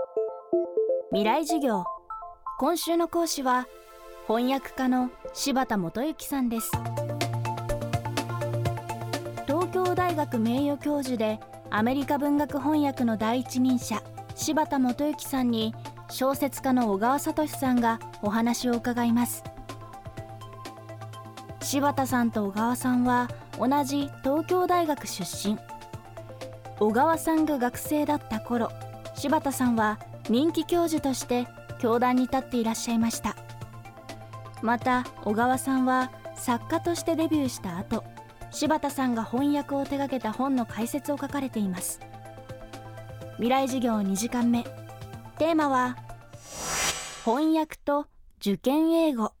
未来授業。今週の講師は翻訳家の柴田元幸さんです。東京大学名誉教授でアメリカ文学翻訳の第一人者柴田元幸さんに小説家の小川哲さんがお話を伺います。柴田さんと小川さんは同じ東京大学出身。小川さんが学生だった頃、柴田さんは人気教授として教壇に立っていらっしゃいました。また小川さんは作家としてデビューした後、柴田さんが翻訳を手掛けた本の解説を書かれています。未来授業2時間目、テーマは翻訳と受験英語。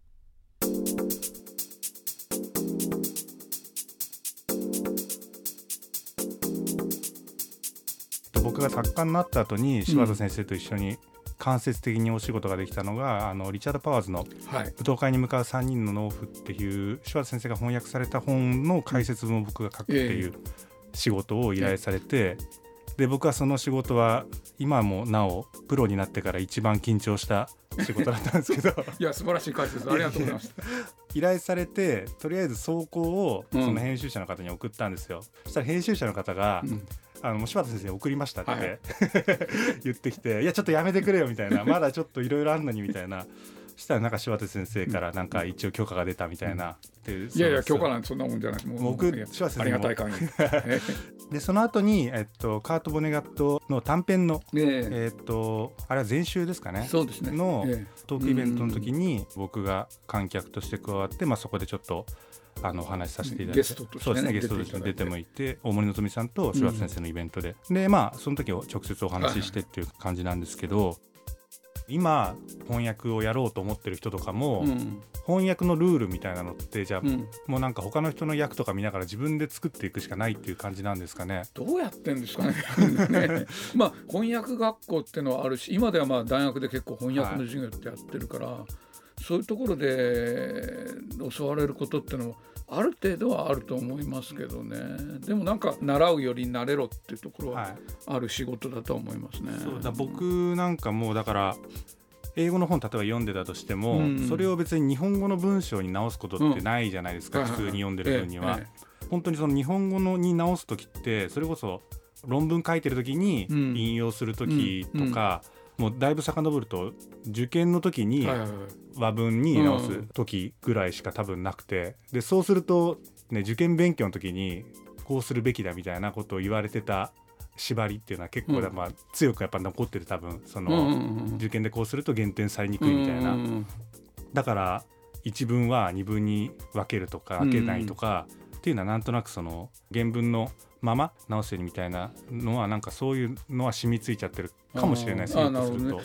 僕が作家になった後に柴田先生と一緒に間接的にお仕事ができたのが、リチャード・パワーズの舞踏会に向かう3人の農夫っていう柴田先生が翻訳された本の解説文を僕が書くっていう仕事を依頼されて、で僕はその仕事は今もなおプロになってから一番緊張した仕事だったんですけどいや素晴らしい解説ありがとうございました依頼されてとりあえず草稿をその編集者の方に送ったんですよ。そしたら編集者の方が、もう柴田先生送りましたって、言ってきて、いやちょっとやめてくれよみたいなまだちょっといろいろあんのにみたいな。したらなんか柴田先生からなんか一応許可が出たみたいな、 いやいや許可なんてそんなもんじゃない。もう僕柴田先生もありがたい限りでその後に、カート・ボネガットの短編の、あれは前週ですかね。 そうですね。 のトークイベントの時に僕が観客として加わって、そこでちょっとお話しさせていただいて、 ゲストとして、 そうですね、ゲストとして出てもいて、大森のぞみさんと柴田先生のイベントで、でその時を直接お話ししてっていう感じなんですけど、今翻訳をやろうと思ってる人とかも、翻訳のルールみたいなのってじゃあ、もうなんか他の人の訳とか見ながら自分で作っていくしかないっていう感じなんですかね。 どうやってんですかね翻訳学校っていうのはあるし、今では大学で結構翻訳の授業ってやってるから、そういうところで教われることっていうのもある程度はあると思いますけどね。でもなんか習うより慣れろっていうところはある仕事だと思いますね。 そうだ、僕なんかもうだから英語の本例えば読んでたとしても、それを別に日本語の文章に直すことってないじゃないですか、普通に読んでる分には、本当にその日本語に直す時ってそれこそ論文書いてる時に引用する時とか、もうだいぶ遡ると受験の時に和文に直す時ぐらいしか多分なくて、でそうすると、受験勉強の時にこうするべきだみたいなことを言われてた縛りっていうのは結構、強くやっぱ残ってる。多分その、受験でこうすると減点されにくいみたいな、だから一文は二文に分けるとか分けないとか、っていうのはなんとなくその原文のまま直せるみたいなのはなんかそういうのは染みついちゃってるかもしれないです。とすると、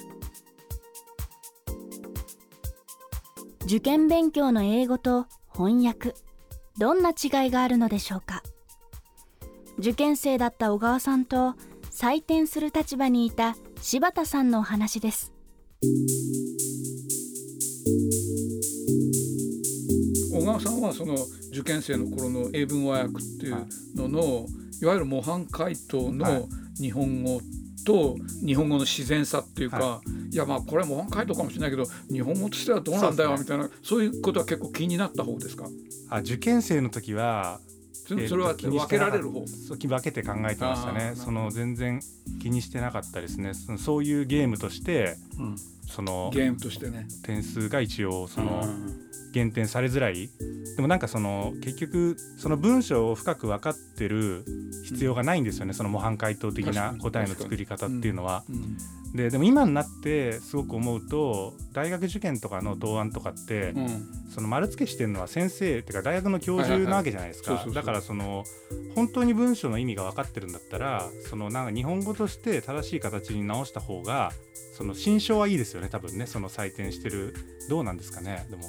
受験勉強の英語と翻訳、どんな違いがあるのでしょうか。受験生だった小川さんと採点する立場にいた柴田さんのお話です。 小川さんはその受験生の頃の英文和訳っていうのの、いわゆる模範解答の日本語と日本語の自然さっていうか、いやこれは模範解答かもしれないけど日本語としてはどうなんだよみたいな、そういうことは結構気になった方ですか。 受験生の時はそれは分けられる方、 分けて考えてましたね。その全然気にしてなかったですね。そういうゲームとして、そのゲームとしてね、 点数が一応その減点されづらい。でもなんかその結局その文章を深く分かってる必要がないんですよね、その模範解答的な答えの作り方っていうのは。でも今になってすごく思うと、大学受験とかの答案とかって、その丸付けしてるのは先生っていうか大学の教授なわけじゃないですか。だからその本当に文章の意味が分かってるんだったら、そのなんか日本語として正しい形に直した方がその心象はいいですよね、多分ね。その採点してる、どうなんですかね。でも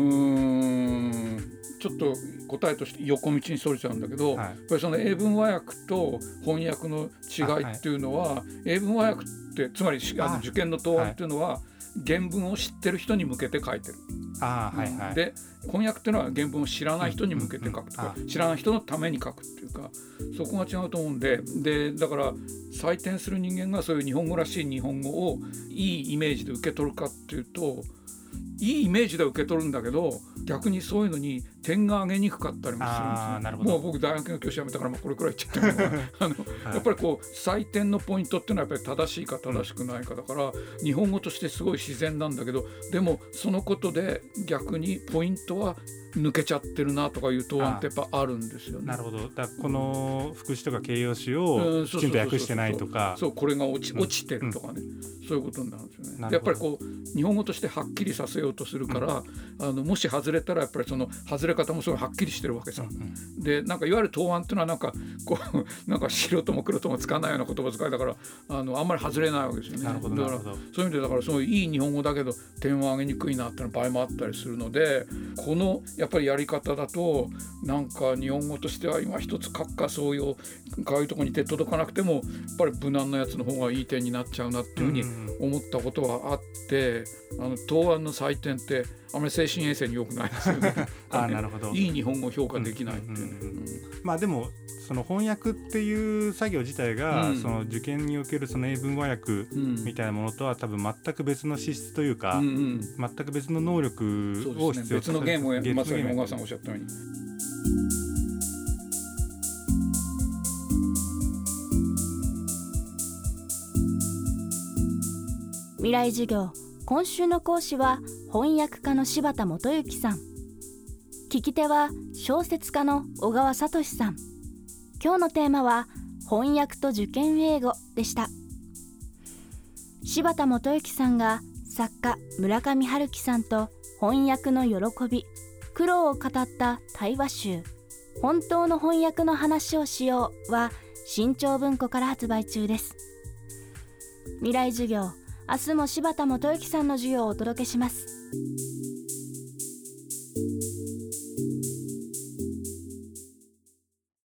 ちょっと答えとして横道にそれちゃうんだけど、やっぱりその英文和訳と翻訳の違いっていうのは、英文和訳ってつまり受験の答案っていうのは原文を知ってる人に向けて書いてる。で翻訳っていうのは原文を知らない人に向けて書くとか、知らない人のために書くっていうか、そこが違うと思うんで、だから採点する人間がそういう日本語らしい日本語をいいイメージで受け取るかっていうと、いいイメージで受け取るんだけど、逆にそういうのに点が上げにくかったりもするんですね。もう僕大学の教師辞めたからこれくらい言っちゃってるやっぱりこう採点のポイントっていうのはやっぱり正しいか正しくないかだから、日本語としてすごい自然なんだけど、でもそのことで逆にポイントは抜けちゃってるなとかいう答案ってやっぱあるんですよね。 なるほど。だこの副詞とか形容詞をきちんと訳してないとか、 これが落ちてるとかね、そういうことになるんですよね。やっぱりこう日本語としてはっきりさせようとするから、もし外れたらやっぱりその外れ方もすごいはっきりしてるわけさ。でなんかいわゆる答案っていうのはなんかこうなんか白とも黒ともつかないような言葉遣いだから、あんまり外れないわけですよね。だからそういう意味でだからそのいい日本語だけど点を上げにくいなっていう場合もあったりするので、このやっぱりやり方だとなんか日本語としては今一つ閣下そういうところに手届かなくてもやっぱり無難なやつの方がいい点になっちゃうなっていうふうに思ったことはあって、答案の採点ってあまり精神衛生に良くないですよね。 なるほど。 いい日本語を評価できないっていうね。 まあでもその翻訳っていう作業自体が、その受験におけるその英文和訳みたいなものとは多分全く別の資質というか、全く別の能力を必要とする、 別のゲームをまさに小川さんおっしゃったように。 未来授業、今週の講師は翻訳家の柴田元幸さん、聞き手は小説家の小川聡さん。今日のテーマは翻訳と受験英語でした。柴田元幸さんが作家村上春樹さんと翻訳の喜び苦労を語った対話集、本当の翻訳の話をしようは新潮文庫から発売中です。未来授業、明日も柴田元幸さんの授業をお届けします。